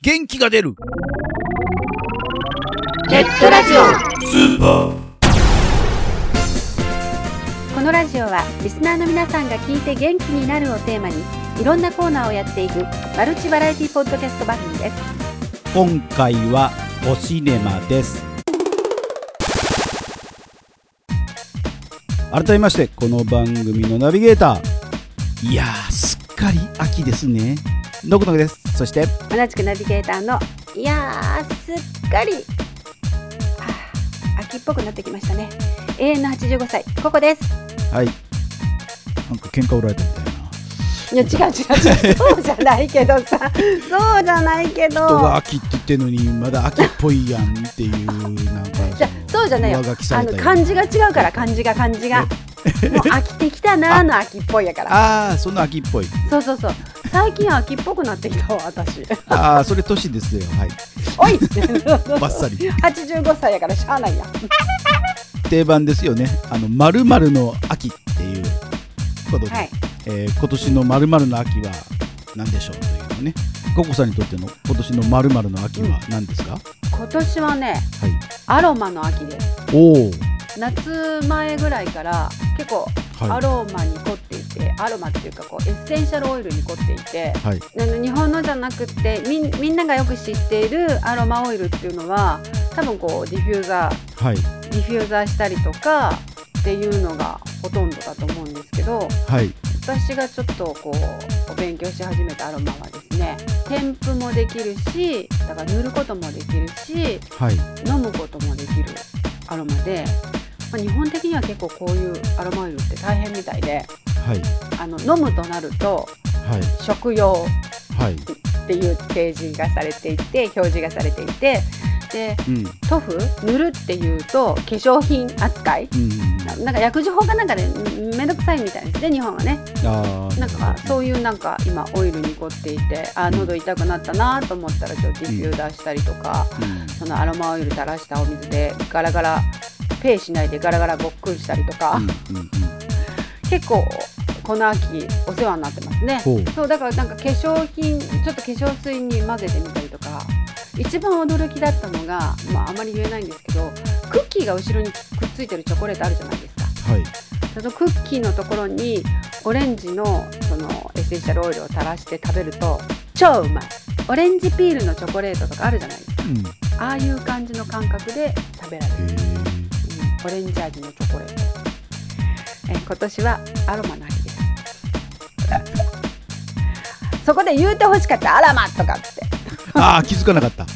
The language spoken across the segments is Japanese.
元気が出るネットラジオスーパー。 このラジオはリスナーの皆さんが聞いて元気になるをテーマにいろんなコーナーをやっていくマルチバラエティポッドキャスト番組です。 今回はおシネマです。改めましてこの番組のナビゲーター、いやーすっかり秋ですね、のくのくです。そして同じくナビゲーターのいやーすっかり秋っぽくなってきましたね。永遠の85歳ここです。 はい、なんか喧嘩売られたみたいな。 いや違うそうじゃないけどさそうじゃないけど人が秋って言ってんのにまだ秋っぽいやんっていうなんかそうじゃないよ、漢字が違うから漢字がもう飽きてきたなの秋っぽいやから。 ああ、そんな秋っぽい。 そう最近秋っぽくなってきたわ私。 ああ、それ年ですよ。はい。 おいバッサリ 85歳やからしゃあないやん。 定番ですよね。〇〇の秋っていうことで、はい、今年の〇〇の秋は何でしょうというのね。ココさんにとっての今年の〇〇の秋は何ですか？ 今年はね、はい、アロマの秋です。 おお。 夏前ぐらいから結構アロマに凝っていて、アロマっていうかこうエッセンシャルオイルに凝っていて、はい、日本のじゃなくてみんながよく知っているアロマオイルっていうのは多分こうディフューザーしたりとかっていうのがほとんどだと思うんですけど、はい、私がちょっとこうお勉強し始めたアロマはですね、添付もできるし、だから塗ることもできるし、はい、飲むこともできるアロマで、日本的には結構こういうアロマオイルって大変みたいで、はい、飲むとなると、はい、食用っていう提示がされていて、表示がされていて、で、塗布塗るっていうと化粧品扱い、なんか薬事法がなんかねめんどくさいみたいですね、日本はね。なんかそういうなんか今オイルに凝っていて、喉痛くなったなと思ったらちょっとディフューザーしたりとか、そのアロマオイル垂らしたお水でガラガラペイしないでガラガラごっくんしたりとか、結構この秋お世話になってますね。そうだからなんか化粧品ちょっと化粧水に混ぜてみたりとか、一番驚きだったのが、あまり言えないんですけど、クッキーが後ろにくっついてるチョコレートあるじゃないですか。はい、そのクッキーのところにオレンジのそのエッセンシャルオイルを垂らして食べると超うまい。オレンジピールのチョコレートとかあるじゃないですか、ああいう感じの感覚で食べられる、オレンジ味のチョコレート。今年はアロマの秋ですそこで言うてほしかった、アロマとかって気づかなかった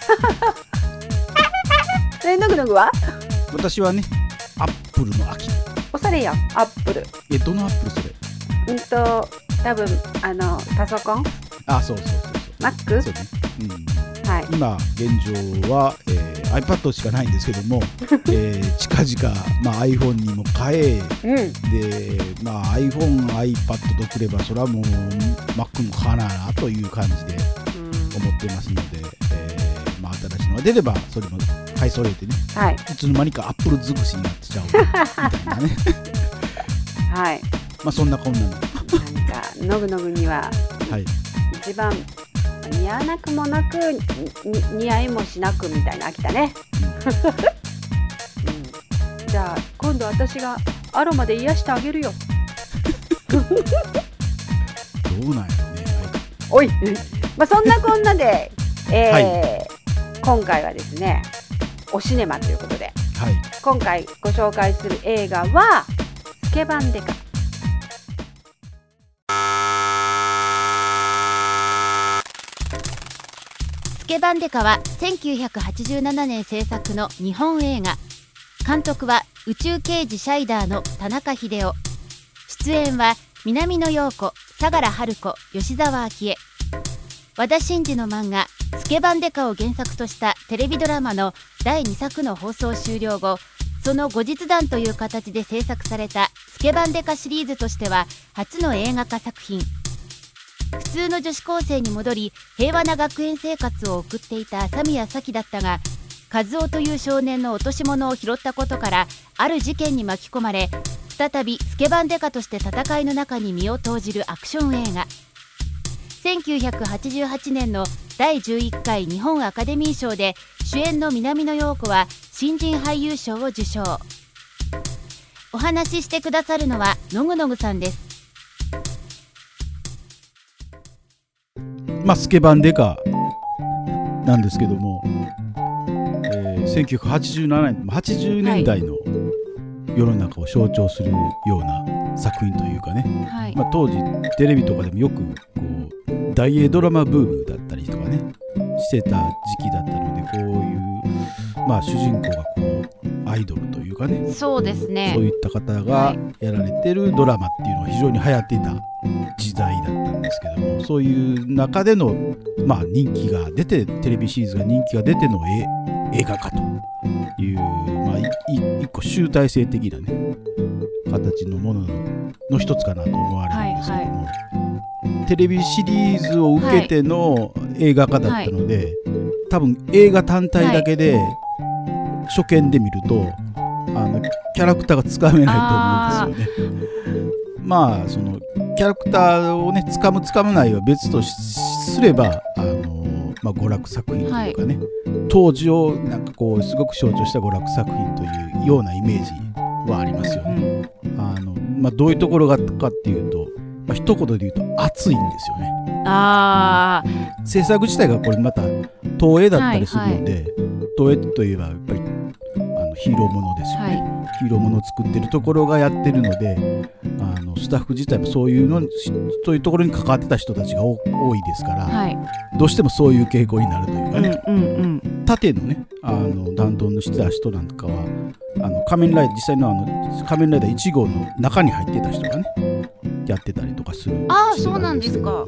のぐのぐは？ 私はね、アップルの秋。 おしゃれやん、アップル。 どのアップルそれ？ 多分パソコン？ そうマック？ そうね。 はい、 今現状は、iPad しかないんですけども、近々、iPhone にも変え、で、iPhone、iPad とくればそれはもう Mac も買わななという感じで思ってますので、新しいのが出ればそれも買い揃えてね、はい、いつの間にか Apple 尽くしになってちゃうみたいなねはい、 そんなこんなのなんかのぐのぐには、はい、一番似合わなくもなく似合いもしなくみたいな秋だね、じゃあ今度私がアロマで癒してあげるよどうなんやろね、 おいそんなこんなで、今回はですねおシネマということで、今回ご紹介する映画はスケバンデカ。 スケバンデカは1987年制作の日本映画。監督は宇宙刑事シャイダーの田中秀夫。出演は南野陽子、相良春子、吉沢昭恵。和田真二の漫画スケバンデカを原作としたテレビドラマの第2作の放送終了後、その後日談という形で制作されたスケバンデカシリーズとしては初の映画化作品。普通の女子高生に戻り平和な学園生活を送っていた朝宮咲だったが、和夫という少年の落とし物を拾ったことからある事件に巻き込まれ、再びスケバンデカとして戦いの中に身を投じるアクション映画。 1988年の第11回日本アカデミー賞で主演の南野陽子は新人俳優賞を受賞。お話ししてくださるのはのぐのぐさんです。 スケバンデカなんですけども、1987年80年代の世の中を象徴するような作品というかね、当時テレビとかでもよくこう大英ドラマブームだったりとかねしてた時期だったので、こういう主人公がこうアイドルというかね、 そうですね、 そういった方がやられてるドラマっていうのは非常に流行っていた時代だったんですけども、そういう中での人気が出て、テレビシリーズが人気が出ての映画化という、一個集大成的なね形のものの一つかなと思われるんですけども、テレビシリーズを受けての映画化だったので、多分映画単体だけで初見で見るとキャラクターがつかめないと思うんですよね。そのキャラクターをねつかむつかむないは別とすれば娯楽作品というかね、当時をなんかこうすごく象徴した娯楽作品というようなイメージはありますよね。どういうところがかっていうと、一言で言うと熱いんですよね。制作自体がこれまた東映だったりするので、東映といえばやっぱりヒーローものですよね。ヒーローものを作ってるところがやってるので、スタッフ自体もそういうところに関わってた人たちが多いですから、どうしてもそういう傾向になるというかね、縦のね担当のしてた人なんかは実際の仮面ライダー1号の中に入ってた人がねやってたりとかする。 そうなんですか。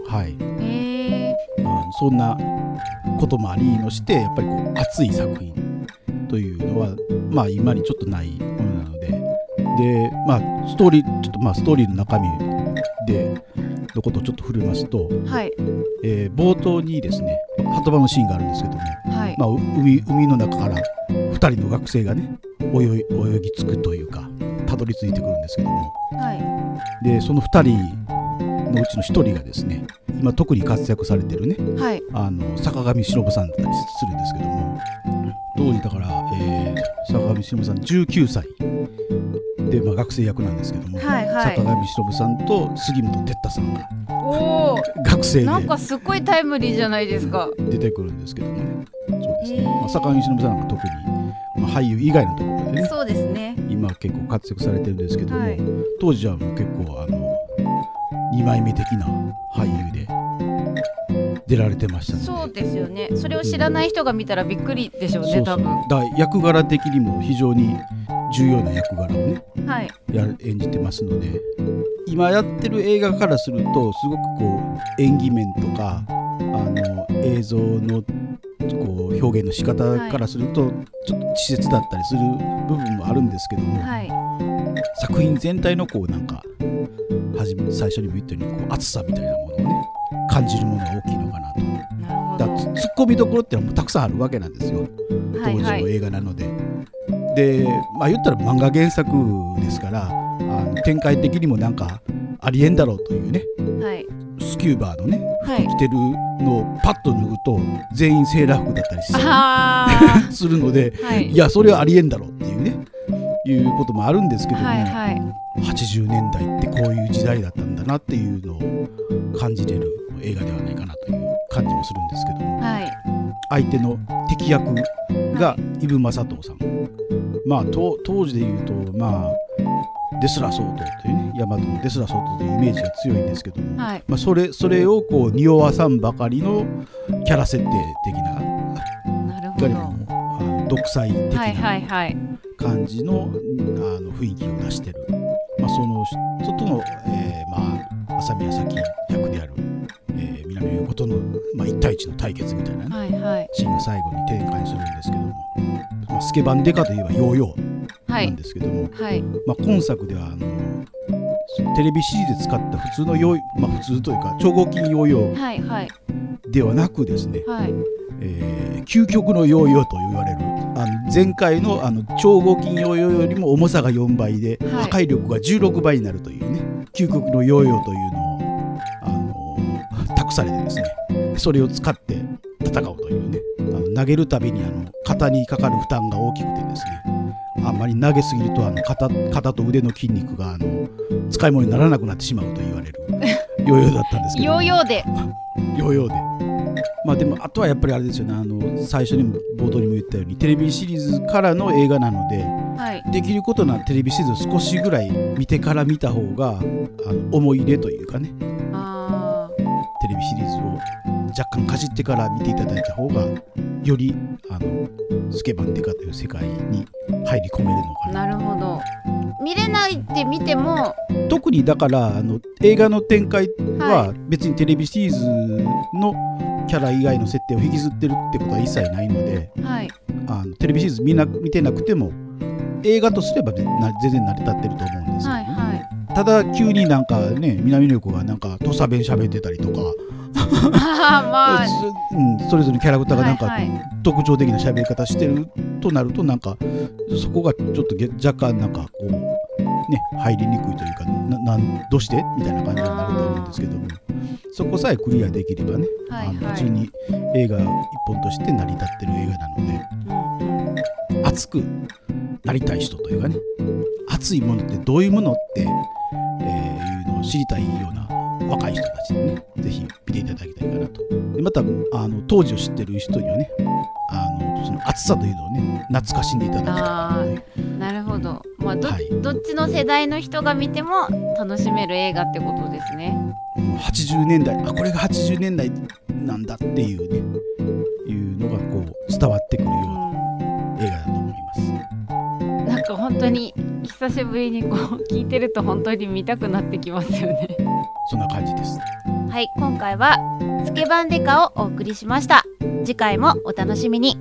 そんなこともありのして、やっぱりこう熱い作品というのは今にちょっとないものなので、ストーリーの中身でのことをちょっと触れますと、冒頭にですね鳩場のシーンがあるんですけども、海の中から2人の学生がね泳ぎ着くというかたどり着いてくるんですけども、でその2人のうちの1人がですね今特に活躍されてるね、坂上忍さんだったりするんですけども、当時だから坂上忍さん19歳で、学生役なんですけども、坂上忍さんと杉本哲太さんが学生でなんかすごいタイムリーじゃないですか。 出てくるんですけどもね、そうですね、坂上忍さんが特に、俳優以外のところでね、 そうですね、 今結構活躍されてるんですけども、当時はもう結構2枚目的な俳優で出られてましたので。 そうですよね。それを知らない人が見たらびっくりでしょうね。多分役柄的にも非常に重要な役柄をね、演じてますので、今やってる映画からするとすごくこう演技面とか映像のこう表現の仕方からするとちょっと稚拙だったりする部分もあるんですけども、作品全体のこうなんか最初にも言ったようにこう熱さみたいなものをね感じるものが大きいのかなと。だからツッコミどころってのはもうたくさんあるわけなんですよ、当時の映画なので。で言ったら漫画原作ですから展開的にもなんかありえんだろうというね、スキューバーのね服着てるのをパッと脱ぐと全員セーラー服だったりしてするので、いやそれはありえんだろうっていうねいうこともあるんですけども、80年代ってこういう時代だったんだなっていうのを感じれる映画ではないかなという感じもするんですけども、相手の敵役が伊武雅刀さん、当時でいうとデスラソートというね、大和のデスラソートというイメージが強いんですけども、それをこう匂わさんばかりのキャラ設定的な、独裁的な感じの雰囲気を出してる、その人との、朝宮咲役である、南野陽子との、1対1の対決みたいな、シーンが最後に展開するんですけども、スケバンデカといえばヨーヨーなんですけども、今作ではそのテレビ CG で使った普通のヨー、普通というか超合金ヨーヨーではなくですね、究極のヨーヨーと言われる前回の超合金ヨーヨーよりも重さが4倍で、破壊力が16倍になるというね、究極のヨーヨーというのをたくされてですね、それを使って戦うというね、投げるたびに肩にかかる負担が大きくてですね、あんまり投げすぎると肩と腕の筋肉が使い物にならなくなってしまうと言われるヨーヨーだったんですけど、 ヨーヨーでまあでもあとはやっぱりあれですよね、最初にも冒頭にも言ったようにテレビシリーズからの映画なので、はい、できることならテレビシリーズを少しぐらい見てから見た方が思い入れというかね、テレビシリーズを若干かじってから見ていただいた方がよりスケバンデカという世界に入り込めるのかな。 なるほど。見れないって見ても特にだから映画の展開は別にテレビシリーズのキャラ以外の設定を引きずってるってことは一切ないので、はい、テレビシリーズ見てなくても映画とすれば全然成り立ってると思うんですよ、ね、はいはい、ただ急になんかね、南野陽子がなんか土佐弁喋ってたりとかまあそれぞれのキャラクターがなんか特徴的な喋り方してるとなると、なんかそこがちょっと若干なんかこうね、入りにくいというか、どうしてみたいな感じになると思うんですけども、そこさえクリアできればね、はいはい、普通に映画一本として成り立ってる映画なので、熱くなりたい人というかね、熱いものってどういうものって、いうのを知りたいような若い人たちにね、ぜひ見ていただきたいかなと。でまた当時を知ってる人にはね、その熱さというのをね、懐かしんでいただきたいなと。 なるほど、まあどっちの世代の人が見ても楽しめる映画ってことですね。 80年代、これが80年代なんだっていうね、いうのがこう伝わってくるような映画だと思います。 なんか本当に久しぶりにこう聞いてると本当に見たくなってきますよね。 そんな感じです。 はい、今回はスケバンデカをお送りしました。次回もお楽しみに。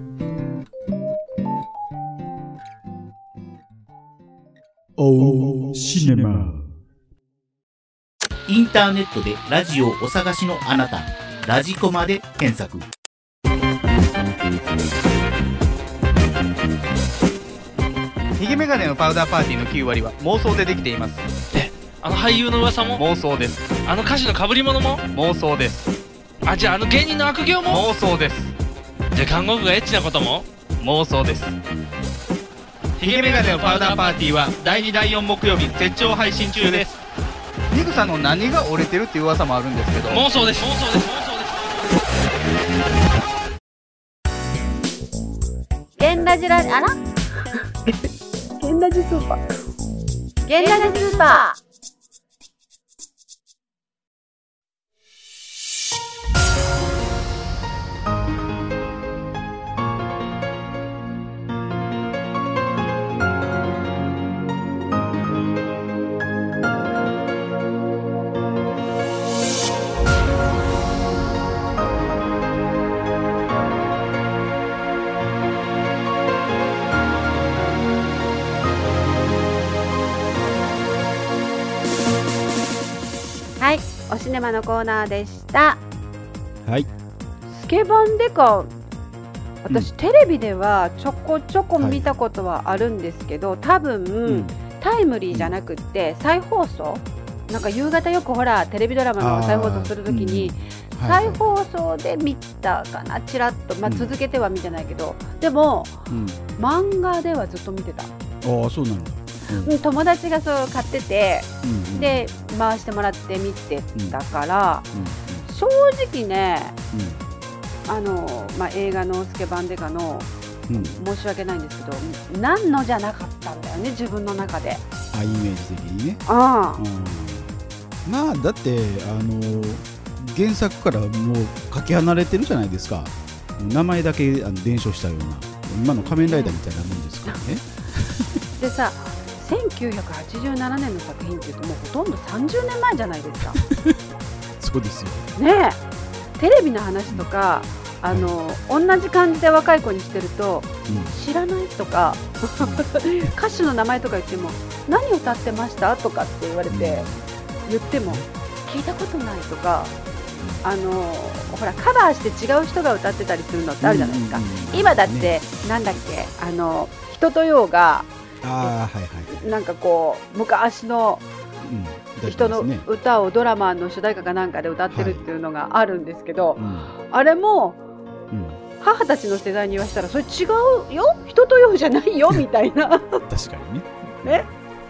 おシネマ。 インターネットでラジオをお探しのあなた、ラジコマで検索。 ヒゲメガネのパウダーパーティーの9割は妄想でできています。 俳優の噂も妄想です。 歌手の被り物も妄想です。 じゃあ芸人の悪行も妄想です。 じゃあ看護婦がエッチなことも妄想です。ヒゲメガネのパウダーパーティーは第2第4木曜日絶頂配信中です。ニグさんの何が折れてるっていう噂もあるんですけど、 妄想です。 ゲンラジラジ、ゲンラジスーパー、ゲンラジスーパー。はい、おシネマのコーナーでした。 はい。 スケバンデカ、私、テレビではちょこちょこ見たことはあるんですけど、多分、タイムリーじゃなくって再放送、なんか夕方よくほらテレビドラマの再放送するときに、再放送で見たかな、ちらっと、続けては見てないけど、でも、漫画ではずっと見てた。 ああ、そうなんだ。 友達がそう買ってて、で回してもらって見てたから、正直ね、映画のスケバンデカの、申し訳ないんですけど、何のじゃなかったんだよね、自分の中で。 イメージ的にね。まあだって原作からもうかけ離れてるじゃないですか。名前だけ伝承したような今の仮面ライダーみたいなもんですからね。 でさ、1987年の作品っていうともうほとんど30年前じゃないですか。 そうですよね。テレビの話とか同じ感じで若い子にしてると、知らないとか歌手の名前とか言っても何歌ってましたとかって言われて、言っても聞いたことないとか、ほらカバーして違う人が歌ってたりするのってあるじゃないですか。今だって、なんだっけ、人とようがなんかこう昔の人の歌をドラマの主題歌かなんかで歌ってるっていうのがあるんですけど、あれも、母たちの世代に言わしたらそれ違うよ、人とようじゃないよみたいな確かにね。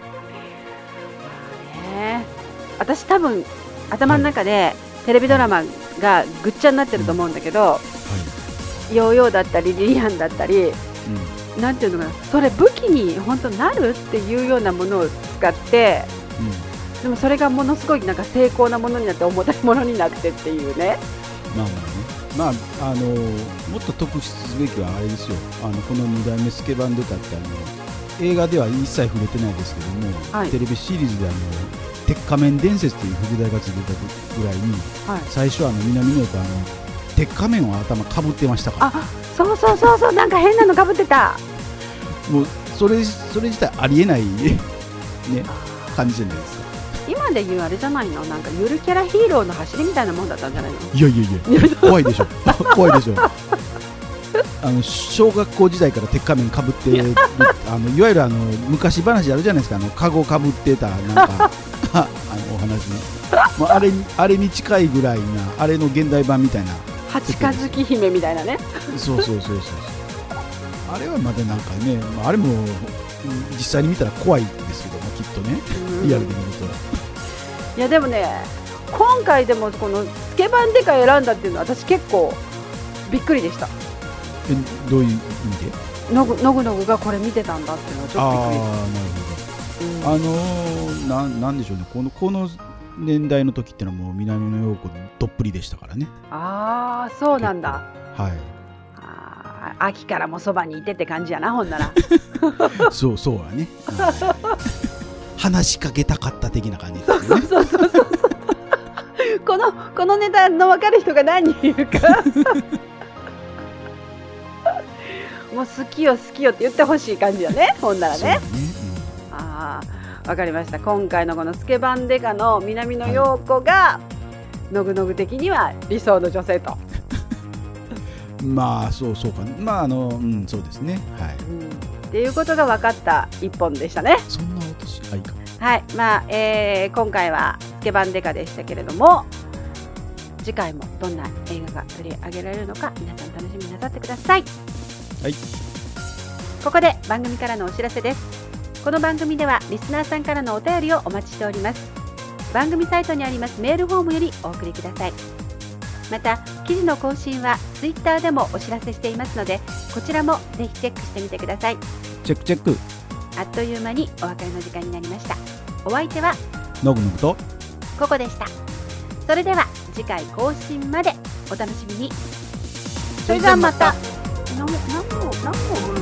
私多分頭の中でテレビドラマがぐっちゃになってると思うんだけど、ヨーヨーだったりリリアンだったり、なんていうのかな、それ武器に本当なるっていうようなものを使って、でもそれがものすごいなんか精巧なものになって重たいものになってっていうね。 もっと特筆すべきはあれですよ、この2代目スケバンデカって映画では一切触れてないですけども、テレビシリーズで鉄仮面伝説という副題がついてたぐらいに、最初南野陽子鉄仮面を頭かぶってましたから。 そうなんか変なのかぶってた。 もうそれ自体ありえないね感じじゃないですか。 今で言うあれじゃないの、なんかゆるキャラヒーローの走りみたいなもんだったんじゃないの。 いや怖いでしょ怖いでしょ小学校時代から鉄仮面かぶってるいわゆる昔話あるじゃないですか、カゴかぶってたなんかお話もうあれに近いぐらいな、あれの現代版みたいな、 八日月姫みたいなね。 そうあれはまだなんかね、あれも実際に見たら怖いですけども、きっとねリアルで見ると。 いやでもね、今回でもこのスケバンデカ選んだっていうのは私結構びっくりでした。 どういう意味で？ のぐがこれ見てたんだっていうのはちょっとびっくり。 なるほど。なんでしょうね、この年代の時ってのはもう南野陽子どっぷりでしたからね。 そうなんだ。 はい。 秋からもそばにいてって感じやな、ほんなら。 そうやね。話しかけたかった的な感じですよね。 そうこのネタの分かる人が何人いるか。もう好きよって言ってほしい感じだね、ほんならね。わかりました。今回のこのスケバンデカの南野陽子が、のぐのぐ的には理想の女性と。 そうか、そうですね。 っていうことが分かった一本でしたね。 そんな落としはいか。 今回はスケバンデカでしたけれども、次回もどんな映画が取り上げられるのか皆さん楽しみになさってください。ここで番組からのお知らせです。この番組ではリスナーさんからのお便りをお待ちしております。番組サイトにありますメールフォームよりお送りください。また記事の更新はツイッターでもお知らせしていますので、こちらもぜひチェックしてみてください。 チェック。 あっという間にお別れの時間になりました。お相手はのぐのぐとここでした。それでは次回更新までお楽しみに。それではまた。何も